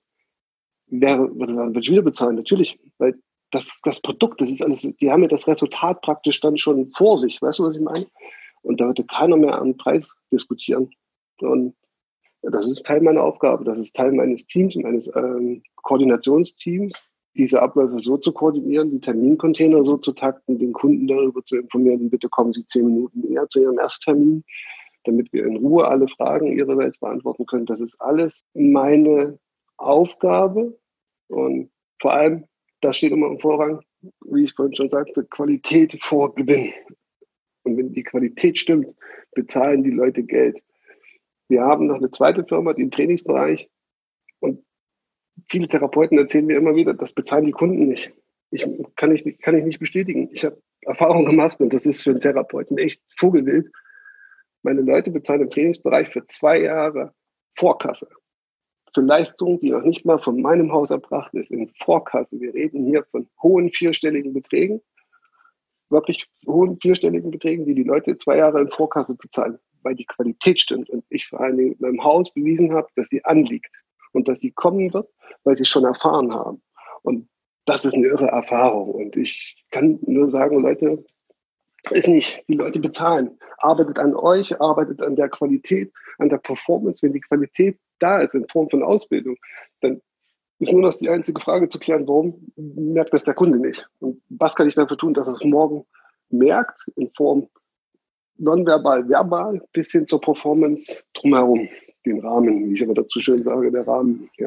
wäre, würde sagen, würde ich wieder bezahlen, natürlich, weil das, das Produkt, das ist alles, die haben ja das Resultat praktisch dann schon vor sich, weißt du, was ich meine? Und da würde keiner mehr am Preis diskutieren. Und das ist Teil meiner Aufgabe, das ist Teil meines Teams, meines ähm, Koordinationsteams, diese Abläufe so zu koordinieren, die Termincontainer so zu takten, den Kunden darüber zu informieren, bitte kommen Sie zehn Minuten eher zu Ihrem Ersttermin, damit wir in Ruhe alle Fragen Ihrerseits beantworten können. Das ist alles meine Aufgabe und vor allem, das steht immer im Vorrang, wie ich vorhin schon sagte, Qualität vor Gewinn. Und wenn die Qualität stimmt, bezahlen die Leute Geld. Wir haben noch eine zweite Firma, die im Trainingsbereich, und viele Therapeuten erzählen mir immer wieder, das bezahlen die Kunden nicht. Ich kann ich, kann ich nicht bestätigen. Ich habe Erfahrung gemacht und das ist für einen Therapeuten echt Vogelwild. Meine Leute bezahlen im Trainingsbereich für zwei Jahre Vorkasse. Für Leistungen, die noch nicht mal von meinem Haus erbracht ist, in Vorkasse. Wir reden hier von hohen vierstelligen Beträgen, wirklich hohen vierstelligen Beträgen, die die Leute zwei Jahre in Vorkasse bezahlen, weil die Qualität stimmt und ich vor allen Dingen in meinem Haus bewiesen habe, dass sie anliegt und dass sie kommen wird, weil sie es schon erfahren haben. Und das ist eine irre Erfahrung. Und ich kann nur sagen, Leute, ist nicht, die Leute bezahlen. Arbeitet an euch, arbeitet an der Qualität, an der Performance. Wenn die Qualität da ist in Form von Ausbildung, dann ist nur noch die einzige Frage zu klären, warum merkt das der Kunde nicht? Und was kann ich dafür tun, dass es morgen merkt, in Form nonverbal, verbal, bis hin zur Performance drumherum, den Rahmen, wie ich aber dazu schön sage, der Rahmen. Ja.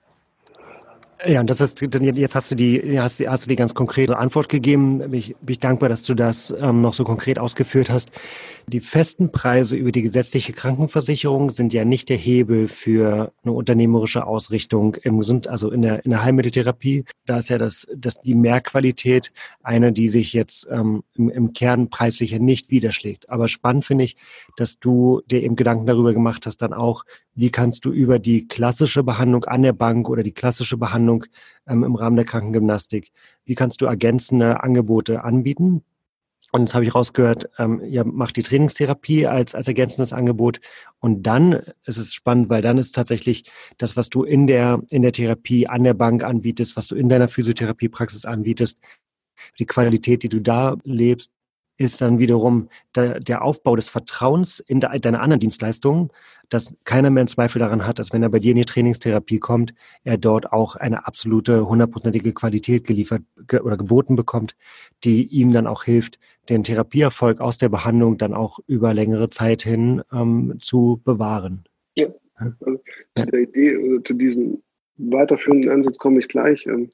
Ja, und das ist, jetzt hast du die, hast, hast du die ganz konkrete Antwort gegeben. Bin ich, bin ich dankbar, dass du das ähm, noch so konkret ausgeführt hast. Die festen Preise über die gesetzliche Krankenversicherung sind ja nicht der Hebel für eine unternehmerische Ausrichtung im Gesund, also in der, in der Heilmitteltherapie. Da ist ja das, das, die Mehrqualität eine, die sich jetzt ähm, im, im Kern preislich nicht widerschlägt. Aber spannend finde ich, dass du dir eben Gedanken darüber gemacht hast, dann auch, wie kannst du über die klassische Behandlung an der Bank oder die klassische Behandlung ähm, im Rahmen der Krankengymnastik, wie kannst du ergänzende Angebote anbieten? Und jetzt habe ich rausgehört, ähm, ihr macht die Trainingstherapie als, als ergänzendes Angebot. Und dann ist es spannend, weil dann ist tatsächlich das, was du in der, in der Therapie an der Bank anbietest, was du in deiner Physiotherapiepraxis anbietest, die Qualität, die du da lebst, ist dann wiederum der, der Aufbau des Vertrauens in de, deine anderen Dienstleistungen, dass keiner mehr einen Zweifel daran hat, dass wenn er bei dir in die Trainingstherapie kommt, er dort auch eine absolute hundertprozentige Qualität geliefert ge, oder geboten bekommt, die ihm dann auch hilft, den Therapieerfolg aus der Behandlung dann auch über längere Zeit hin ähm, zu bewahren. Ja, also zu der Idee oder zu diesem weiterführenden Ansatz komme ich gleich. Ähm,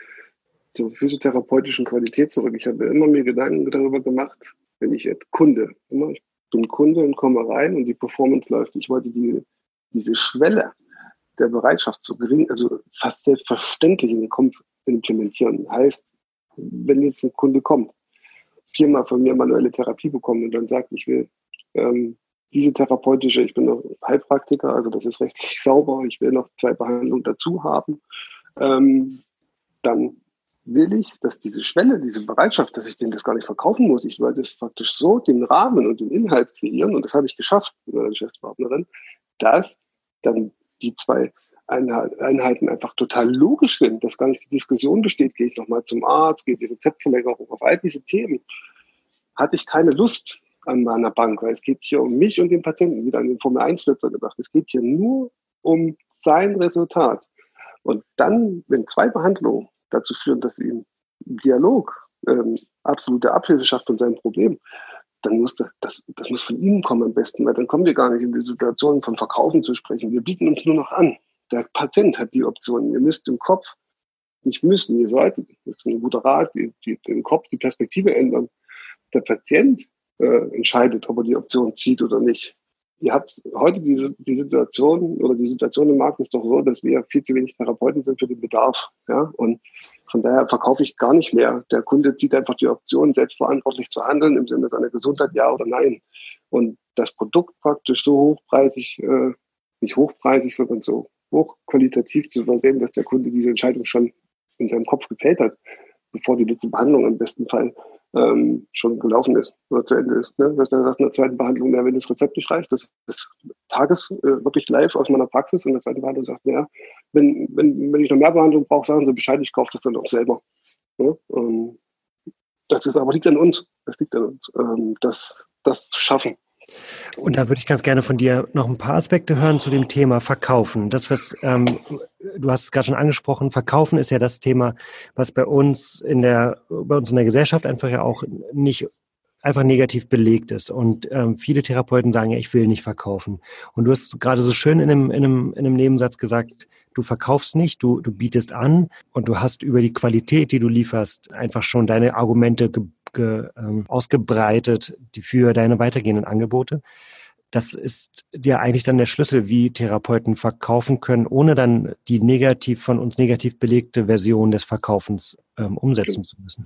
zur physiotherapeutischen Qualität zurück. Ich habe immer mir Gedanken darüber gemacht, wenn ich jetzt Kunde, ich bin Kunde und komme rein und die Performance läuft. Ich wollte die, diese Schwelle der Bereitschaft so gering, also fast selbstverständlich in den Kopf implementieren. Heißt, wenn jetzt ein Kunde kommt, viermal von mir manuelle Therapie bekommen und dann sagt, ich will ähm, diese therapeutische, ich bin noch Heilpraktiker, also das ist rechtlich sauber, ich will noch zwei Behandlungen dazu haben, ähm, dann will ich, dass diese Schwelle, diese Bereitschaft, dass ich denen das gar nicht verkaufen muss, ich wollte es faktisch so den Rahmen und den Inhalt kreieren und das habe ich geschafft mit meiner Geschäftspartnerin, dass dann die zwei Einheiten einfach total logisch sind, dass gar nicht die Diskussion besteht, gehe ich nochmal zum Arzt, gehe die Rezeptverlängerung, auf all diese Themen hatte ich keine Lust an meiner Bank, weil es geht hier um mich und den Patienten, wieder an den Formel eins Flitzer gedacht, es geht hier nur um sein Resultat. Und dann, wenn zwei Behandlungen dazu führen, dass ihm Dialog ähm, absolute Abhilfe schafft von seinem Problem, dann muss das, das, das muss von ihm kommen am besten, weil dann kommen wir gar nicht in die Situation von Verkaufen zu sprechen. Wir bieten uns nur noch an. Der Patient hat die Option. Ihr müsst im Kopf, nicht müssen, ihr solltet, das ist ein guter Rat, die, die, den Kopf, die Perspektive ändern. Der Patient äh, entscheidet, ob er die Option zieht oder nicht. Ihr habt heute die, die Situation oder die Situation im Markt ist doch so, dass wir viel zu wenig Therapeuten sind für den Bedarf. Ja? Und von daher verkaufe ich gar nicht mehr. Der Kunde zieht einfach die Option, selbstverantwortlich zu handeln im Sinne seiner Gesundheit, ja oder nein. Und das Produkt praktisch so hochpreisig, äh, nicht hochpreisig, sondern so hochqualitativ zu versehen, dass der Kunde diese Entscheidung schon in seinem Kopf gefällt hat, bevor die letzte Behandlung im besten Fall ähm, schon gelaufen ist oder zu Ende ist. Ne? Dass er sagt, in der zweiten Behandlung, ja, wenn das Rezept nicht reicht, das ist Tages äh, wirklich live aus meiner Praxis, in der zweiten Behandlung sagt, ja, wenn, wenn, wenn ich noch mehr Behandlung brauche, sagen Sie Bescheid, ich kaufe das dann auch selber. Ja? Ähm, das ist aber liegt an uns. Das liegt an uns, ähm, das, das zu schaffen. Und da würde ich ganz gerne von dir noch ein paar Aspekte hören zu dem Thema Verkaufen. Das, was ähm, du hast es gerade schon angesprochen, Verkaufen ist ja das Thema, was bei uns in der bei uns in der Gesellschaft einfach ja auch nicht einfach negativ belegt ist. Und ähm, viele Therapeuten sagen ja, ich will nicht verkaufen. Und du hast gerade so schön in einem, in einem, in einem Nebensatz gesagt, du verkaufst nicht, du, du bietest an und du hast über die Qualität, die du lieferst, einfach schon deine Argumente ge, ge, ähm, ausgebreitet, die für deine weitergehenden Angebote. Das ist ja eigentlich dann der Schlüssel, wie Therapeuten verkaufen können, ohne dann die negativ von uns negativ belegte Version des Verkaufens ähm, umsetzen zu müssen.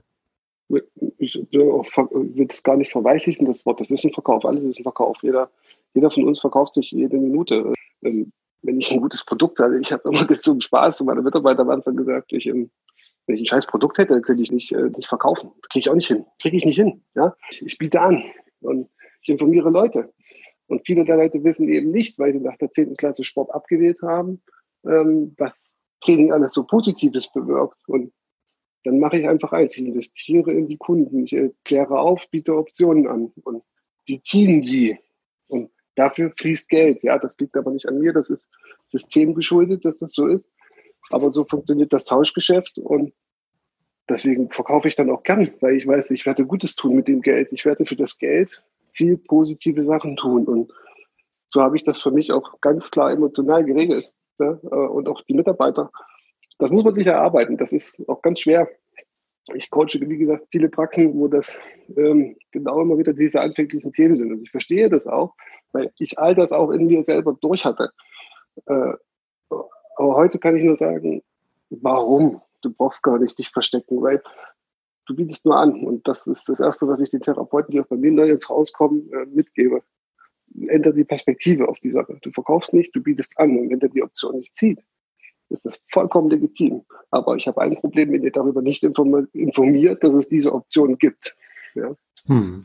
Ich will das gar nicht verweichlichen, das Wort. Das ist ein Verkauf. Alles ist ein Verkauf. Jeder, jeder von uns verkauft sich jede Minute. Wenn ich ein gutes Produkt hatte, ich habe immer zum Spaß zu meiner Mitarbeiter am Anfang gesagt, ich, wenn ich ein scheiß Produkt hätte, dann könnte ich nicht, nicht verkaufen. Das kriege ich auch nicht hin. Kriege ich nicht hin. Ja? Ich, ich biete an und ich informiere Leute. Und viele der Leute wissen eben nicht, weil sie nach der zehnten Klasse Sport abgewählt haben, ähm, was Training alles so Positives bewirkt. Und dann mache ich einfach eins, ich investiere in die Kunden, ich kläre auf, biete Optionen an und die ziehen sie. Und dafür fließt Geld. Ja, das liegt aber nicht an mir, das ist systemgeschuldet, dass das so ist. Aber so funktioniert das Tauschgeschäft und deswegen verkaufe ich dann auch gern, weil ich weiß, ich werde Gutes tun mit dem Geld. Ich werde für das Geld viel positive Sachen tun und so habe ich das für mich auch ganz klar emotional geregelt. Ja? Und auch die Mitarbeiter. Das muss man sich erarbeiten. Das ist auch ganz schwer. Ich coache, wie gesagt, viele Praxen, wo das ähm, genau immer wieder diese anfänglichen Themen sind. Und ich verstehe das auch, weil ich all das auch in mir selber durch hatte. Äh, aber heute kann ich nur sagen, warum? Du brauchst gar nicht dich verstecken, weil du bietest nur an. Und das ist das Erste, was ich den Therapeuten, die auch bei mir neu jetzt rauskommen, äh, mitgebe. Ändere die Perspektive auf die Sache. Du verkaufst nicht, du bietest an. Und wenn der die Option nicht zieht, ist das vollkommen legitim. Aber ich habe ein Problem, wenn ihr darüber nicht informiert, dass es diese Option gibt. Ja. Hm.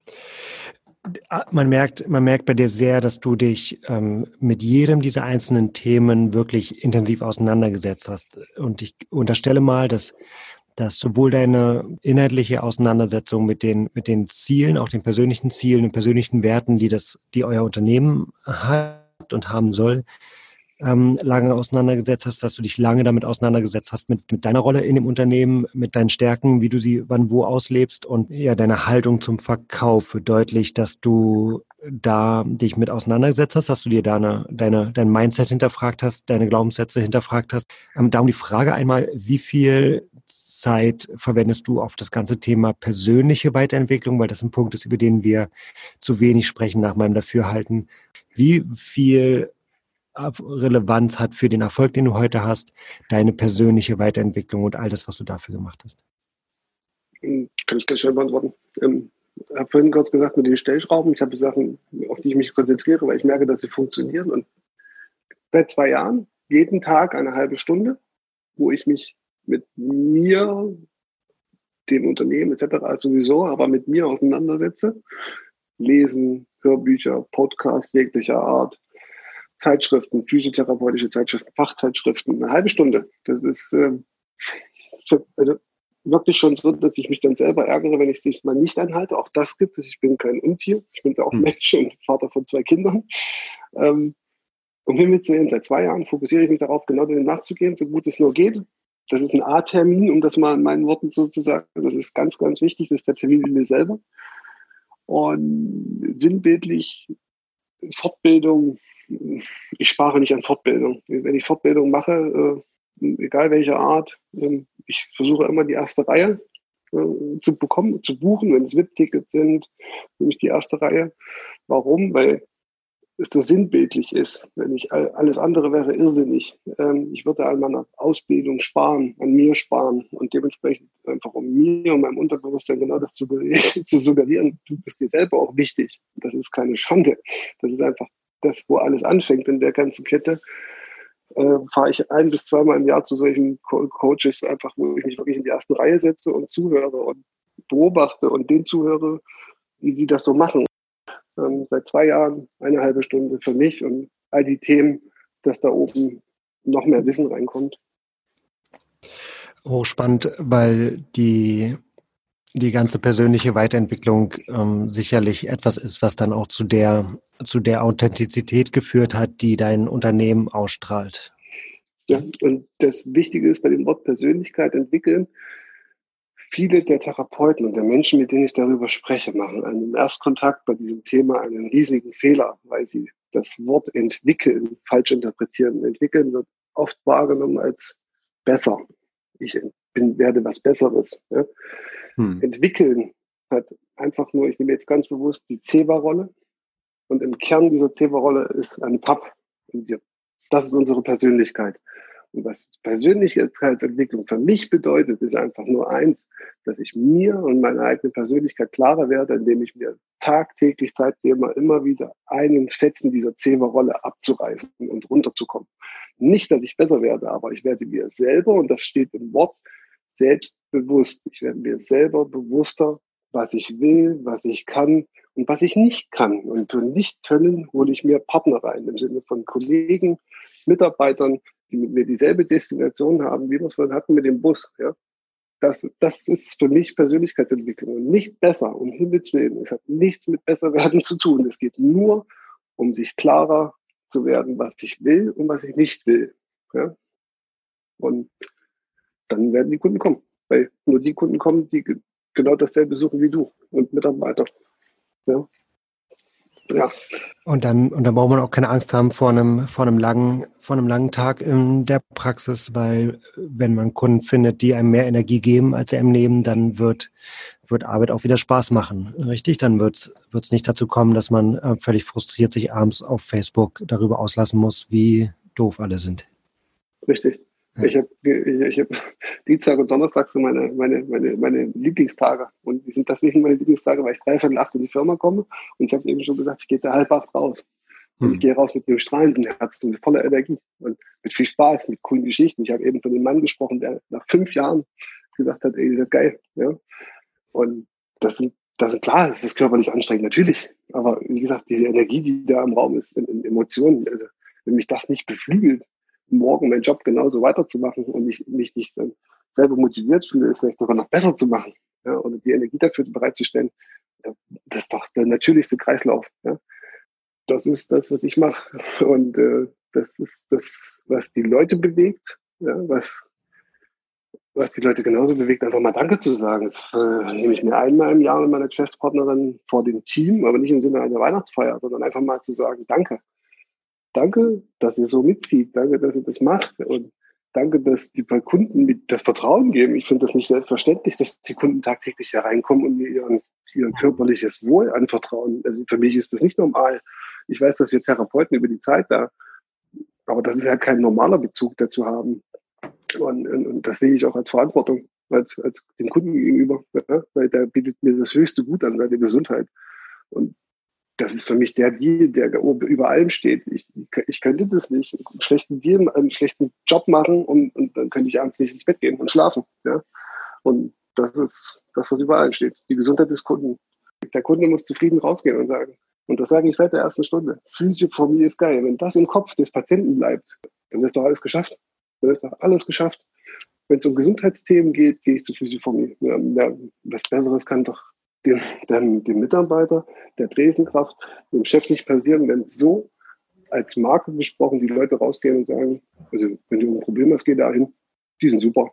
Man merkt, man merkt bei dir sehr, dass du dich ähm, mit jedem dieser einzelnen Themen wirklich intensiv auseinandergesetzt hast. Und ich unterstelle mal, dass, dass sowohl deine inhaltliche Auseinandersetzung mit den, mit den Zielen, auch den persönlichen Zielen und persönlichen Werten, die das, die euer Unternehmen hat und haben soll, Ähm, lange auseinandergesetzt hast, dass du dich lange damit auseinandergesetzt hast mit, mit deiner Rolle in dem Unternehmen, mit deinen Stärken, wie du sie wann wo auslebst und ja, deine Haltung zum Verkauf wird deutlich, dass du da dich mit auseinandergesetzt hast, dass du dir deine, deine, dein Mindset hinterfragt hast, deine Glaubenssätze hinterfragt hast. Ähm, darum die Frage einmal, wie viel Zeit verwendest du auf das ganze Thema persönliche Weiterentwicklung, weil das ein Punkt ist, über den wir zu wenig sprechen nach meinem Dafürhalten. Wie viel Relevanz hat für den Erfolg, den du heute hast, deine persönliche Weiterentwicklung und all das, was du dafür gemacht hast? Kann ich ganz schnell beantworten. Ähm, ich habe vorhin kurz gesagt, mit den Stellschrauben, ich habe Sachen, auf die ich mich konzentriere, weil ich merke, dass sie funktionieren. Und seit zwei Jahren, jeden Tag eine halbe Stunde, wo ich mich mit mir, dem Unternehmen et cetera sowieso, aber mit mir auseinandersetze. Lesen, Hörbücher, Podcasts jeglicher Art, Zeitschriften, physiotherapeutische Zeitschriften, Fachzeitschriften, eine halbe Stunde. Das ist äh, für, also wirklich schon so, dass ich mich dann selber ärgere, wenn ich es diesmal nicht anhalte. Auch das gibt es. Ich bin kein Untier. Ich bin auch hm. Mensch und Vater von zwei Kindern. Ähm, um Himmels Willen, seit zwei Jahren fokussiere ich mich darauf, genau dem nachzugehen, so gut es nur geht. Das ist ein A-Termin, um das mal in meinen Worten so zu sagen. Das ist ganz, ganz wichtig. Das ist der Termin mit mir selber. Und sinnbildlich Fortbildung, ich spare nicht an Fortbildung. Wenn ich Fortbildung mache, äh, egal welcher Art, äh, ich versuche immer die erste Reihe äh, zu bekommen, zu buchen. Wenn es V I P-Tickets sind, nehme ich die erste Reihe. Warum? Weil es so sinnbildlich ist. Wenn ich alles andere wäre irrsinnig. Ähm, ich würde an meiner Ausbildung sparen, an mir sparen und dementsprechend einfach um mir und meinem Unterbewusstsein genau das zu, zu suggerieren, du bist dir selber auch wichtig. Das ist keine Schande. Das ist einfach das, wo alles anfängt in der ganzen Kette. Äh, fahre ich ein bis zweimal im Jahr zu solchen Co- Coaches, einfach wo ich mich wirklich in die erste Reihe setze und zuhöre und beobachte und denen zuhöre, wie die das so machen. Ähm, seit zwei Jahren eine halbe Stunde für mich und all die Themen, dass da oben noch mehr Wissen reinkommt. Hochspannend, weil die, die ganze persönliche Weiterentwicklung ähm, sicherlich etwas ist, was dann auch zu der, zu der Authentizität geführt hat, die dein Unternehmen ausstrahlt. Ja, und das Wichtige ist bei dem Wort Persönlichkeit entwickeln, viele der Therapeuten und der Menschen, mit denen ich darüber spreche, machen einen Erstkontakt bei diesem Thema einen riesigen Fehler, weil sie das Wort entwickeln falsch interpretieren. Entwickeln wird oft wahrgenommen als besser. Ich bin, werde was Besseres. Ja. Hm. Entwickeln hat einfach nur, ich nehme jetzt ganz bewusst die Zebra-Rolle und im Kern dieser Zebra-Rolle ist ein Papp. Das ist unsere Persönlichkeit. Und was Persönlichkeitsentwicklung für mich bedeutet, ist einfach nur eins, dass ich mir und meiner eigenen Persönlichkeit klarer werde, indem ich mir tagtäglich Zeit nehme, immer wieder einen Fetzen dieser Zebra-Rolle abzureißen und runterzukommen. Nicht, dass ich besser werde, aber ich werde mir selber, und das steht im Wort, selbstbewusst. Ich werde mir selber bewusster, was ich will, was ich kann und was ich nicht kann. Und für nicht können hole ich mir Partner rein, im Sinne von Kollegen, Mitarbeitern, die mit mir dieselbe Destination haben, wie wir es vorhin hatten mit dem Bus. Ja? Das, das ist für mich Persönlichkeitsentwicklung und nicht besser, um Himmels Willen. Es hat nichts mit Besserwerden zu tun. Es geht nur um sich klarer zu werden, was ich will und was ich nicht will. Ja? Und dann werden die Kunden kommen. Weil nur die Kunden kommen, die genau dasselbe suchen wie du und Mitarbeiter. Ja. Ja. Und dann, und dann braucht man auch keine Angst haben vor einem, vor einem langen, vor einem langen Tag in der Praxis, weil wenn man Kunden findet, die einem mehr Energie geben, als sie einem nehmen, dann wird, wird Arbeit auch wieder Spaß machen. Richtig? Dann wird, wird es nicht dazu kommen, dass man äh, völlig frustriert sich abends auf Facebook darüber auslassen muss, wie doof alle sind. Richtig. Ja. Ich habe ich hab Dienstag und Donnerstag so meine, meine, meine, meine Lieblingstage. Und die sind das nicht meine Lieblingstage, weil ich dreiviertel acht in die Firma komme. Und ich habe es eben schon gesagt, ich gehe da halb acht raus. Und hm. ich gehe raus mit einem strahlenden Herz und mit voller Energie und mit viel Spaß, mit coolen Geschichten. Ich habe eben von dem Mann gesprochen, der nach fünf Jahren gesagt hat, ey, das ist geil. Ja? Und das sind, das sind klar, das ist körperlich anstrengend, natürlich. Aber wie gesagt, diese Energie, die da im Raum ist, in, in Emotionen, also wenn mich das nicht beflügelt, morgen meinen Job genauso weiterzumachen und ich mich nicht dann selber motiviert fühle, es vielleicht sogar noch besser zu machen, ja, und die Energie dafür bereitzustellen, ja, das ist doch der natürlichste Kreislauf. Ja. Das ist das, was ich mache. Und äh, das ist das, was die Leute bewegt, ja, was, was die Leute genauso bewegt, einfach mal Danke zu sagen. Das äh, nehme ich mir einmal im Jahr mit meiner Geschäftspartnerin vor dem Team, aber nicht im Sinne einer Weihnachtsfeier, sondern einfach mal zu sagen, danke. Danke, dass ihr so mitzieht. Danke, dass ihr das macht. Und danke, dass die Kunden mit das Vertrauen geben. Ich finde das nicht selbstverständlich, dass die Kunden tagtäglich da reinkommen und mir ihren, ihren körperliches Wohl anvertrauen. Also für mich ist das nicht normal. Ich weiß, dass wir Therapeuten über die Zeit da, aber das ist ja kein normaler Bezug dazu haben. Und, und, und das sehe ich auch als Verantwortung, als, als dem Kunden gegenüber. Ja? Weil der bietet mir das höchste Gut an, seine Gesundheit. Und das ist für mich der Deal, der über allem steht. Ich, ich könnte das nicht. Einen schlechten Deal, einen schlechten Job machen und, und dann könnte ich abends nicht ins Bett gehen und schlafen. Ja? Und das ist das, was über allem steht. Die Gesundheit des Kunden. Der Kunde muss zufrieden rausgehen und sagen, und das sage ich seit der ersten Stunde, Physiotherapie ist geil. Wenn das im Kopf des Patienten bleibt, dann ist doch alles geschafft. Dann ist doch alles geschafft. Wenn es um Gesundheitsthemen geht, gehe ich zur Physiotherapie. Ja, was Besseres kann doch dem, dem, dem Mitarbeiter, der Tresenkraft, dem Chef nicht passieren, wenn es so als Marke gesprochen, die Leute rausgehen und sagen, also wenn du ein Problem hast, geh dahin, die sind super.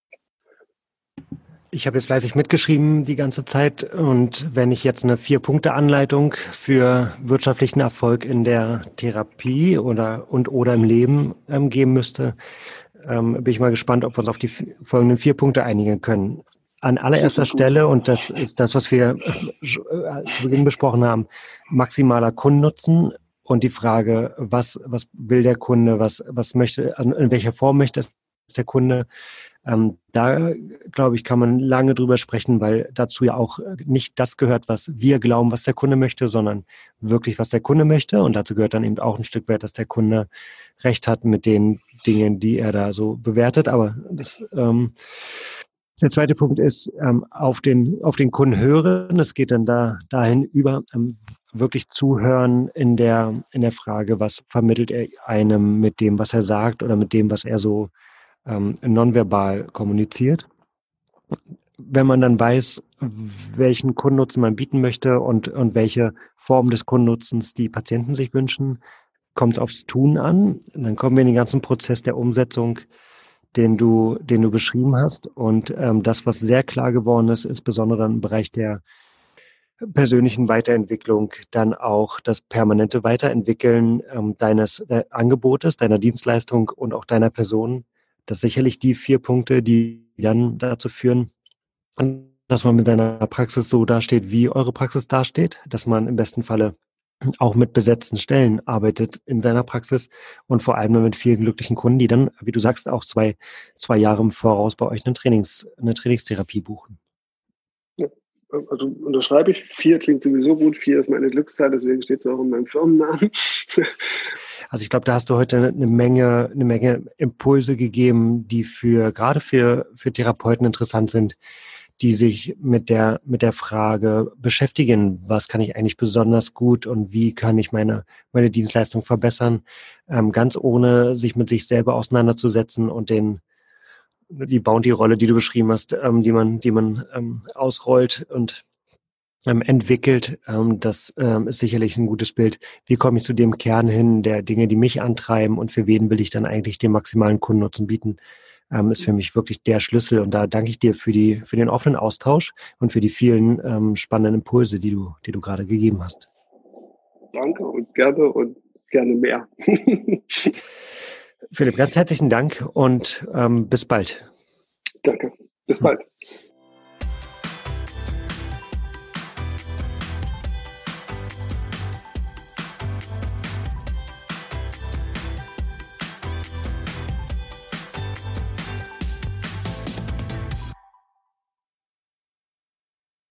Ich habe jetzt fleißig mitgeschrieben die ganze Zeit und wenn ich jetzt eine Vier-Punkte-Anleitung für wirtschaftlichen Erfolg in der Therapie oder und oder im Leben ähm, geben müsste, ähm, bin ich mal gespannt, ob wir uns auf die folgenden vier Punkte einigen können. An allererster Stelle, und das ist das, was wir äh, zu Beginn besprochen haben, maximaler Kundennutzen und die Frage, was was will der Kunde, was was möchte, in welcher Form möchte es der Kunde. Ähm, da, glaube ich, kann man lange drüber sprechen, weil dazu ja auch nicht das gehört, was wir glauben, was der Kunde möchte, sondern wirklich, was der Kunde möchte. Und dazu gehört dann eben auch ein Stück weit, dass der Kunde recht hat mit den Dingen, die er da so bewertet. Aber das, ähm, der zweite Punkt ist, ähm, auf den, auf den Kunden hören. Es geht dann da, dahin über, ähm, wirklich zuhören in der, in der Frage, was vermittelt er einem mit dem, was er sagt oder mit dem, was er so ähm, nonverbal kommuniziert. Wenn man dann weiß, welchen Kundennutzen man bieten möchte und, und welche Form des Kundennutzens die Patienten sich wünschen, kommt es aufs Tun an. Dann kommen wir in den ganzen Prozess der Umsetzung, den du, den du beschrieben hast. Und ähm, das, was sehr klar geworden ist, insbesondere dann im Bereich der persönlichen Weiterentwicklung, dann auch das permanente Weiterentwickeln ähm, deines de Angebotes, deiner Dienstleistung und auch deiner Person. Das sind sicherlich die vier Punkte, die dann dazu führen, dass man mit seiner Praxis so dasteht, wie eure Praxis dasteht, dass man im besten Falle auch mit besetzten Stellen arbeitet in seiner Praxis und vor allem mit vielen glücklichen Kunden, die dann, wie du sagst, auch zwei, zwei Jahre im Voraus bei euch eine, Trainings, eine Trainingstherapie buchen. Ja, also unterschreibe ich. Vier klingt sowieso gut. Vier ist meine Glückszahl, deswegen steht es auch in meinem Firmennamen. Also ich glaube, da hast du heute eine Menge, eine Menge Impulse gegeben, die für gerade für für Therapeuten interessant sind, die sich mit der mit der Frage beschäftigen, was kann ich eigentlich besonders gut und wie kann ich meine meine Dienstleistung verbessern, ähm, ganz ohne sich mit sich selber auseinanderzusetzen und den die Bounty-Rolle, die du beschrieben hast, ähm, die man die man ähm, ausrollt und ähm, entwickelt. Ähm, das ähm, ist sicherlich ein gutes Bild. Wie komme ich zu dem Kern hin der Dinge, die mich antreiben und für wen will ich dann eigentlich den maximalen Kundennutzen bieten, ähm, ist für mich wirklich der Schlüssel. Und da danke ich dir für die für den offenen Austausch und für die vielen ähm, spannenden Impulse, die du die du gerade gegeben hast. Danke und gerne und gerne mehr. Philipp, ganz herzlichen Dank und ähm, bis bald. Danke. Bis bald.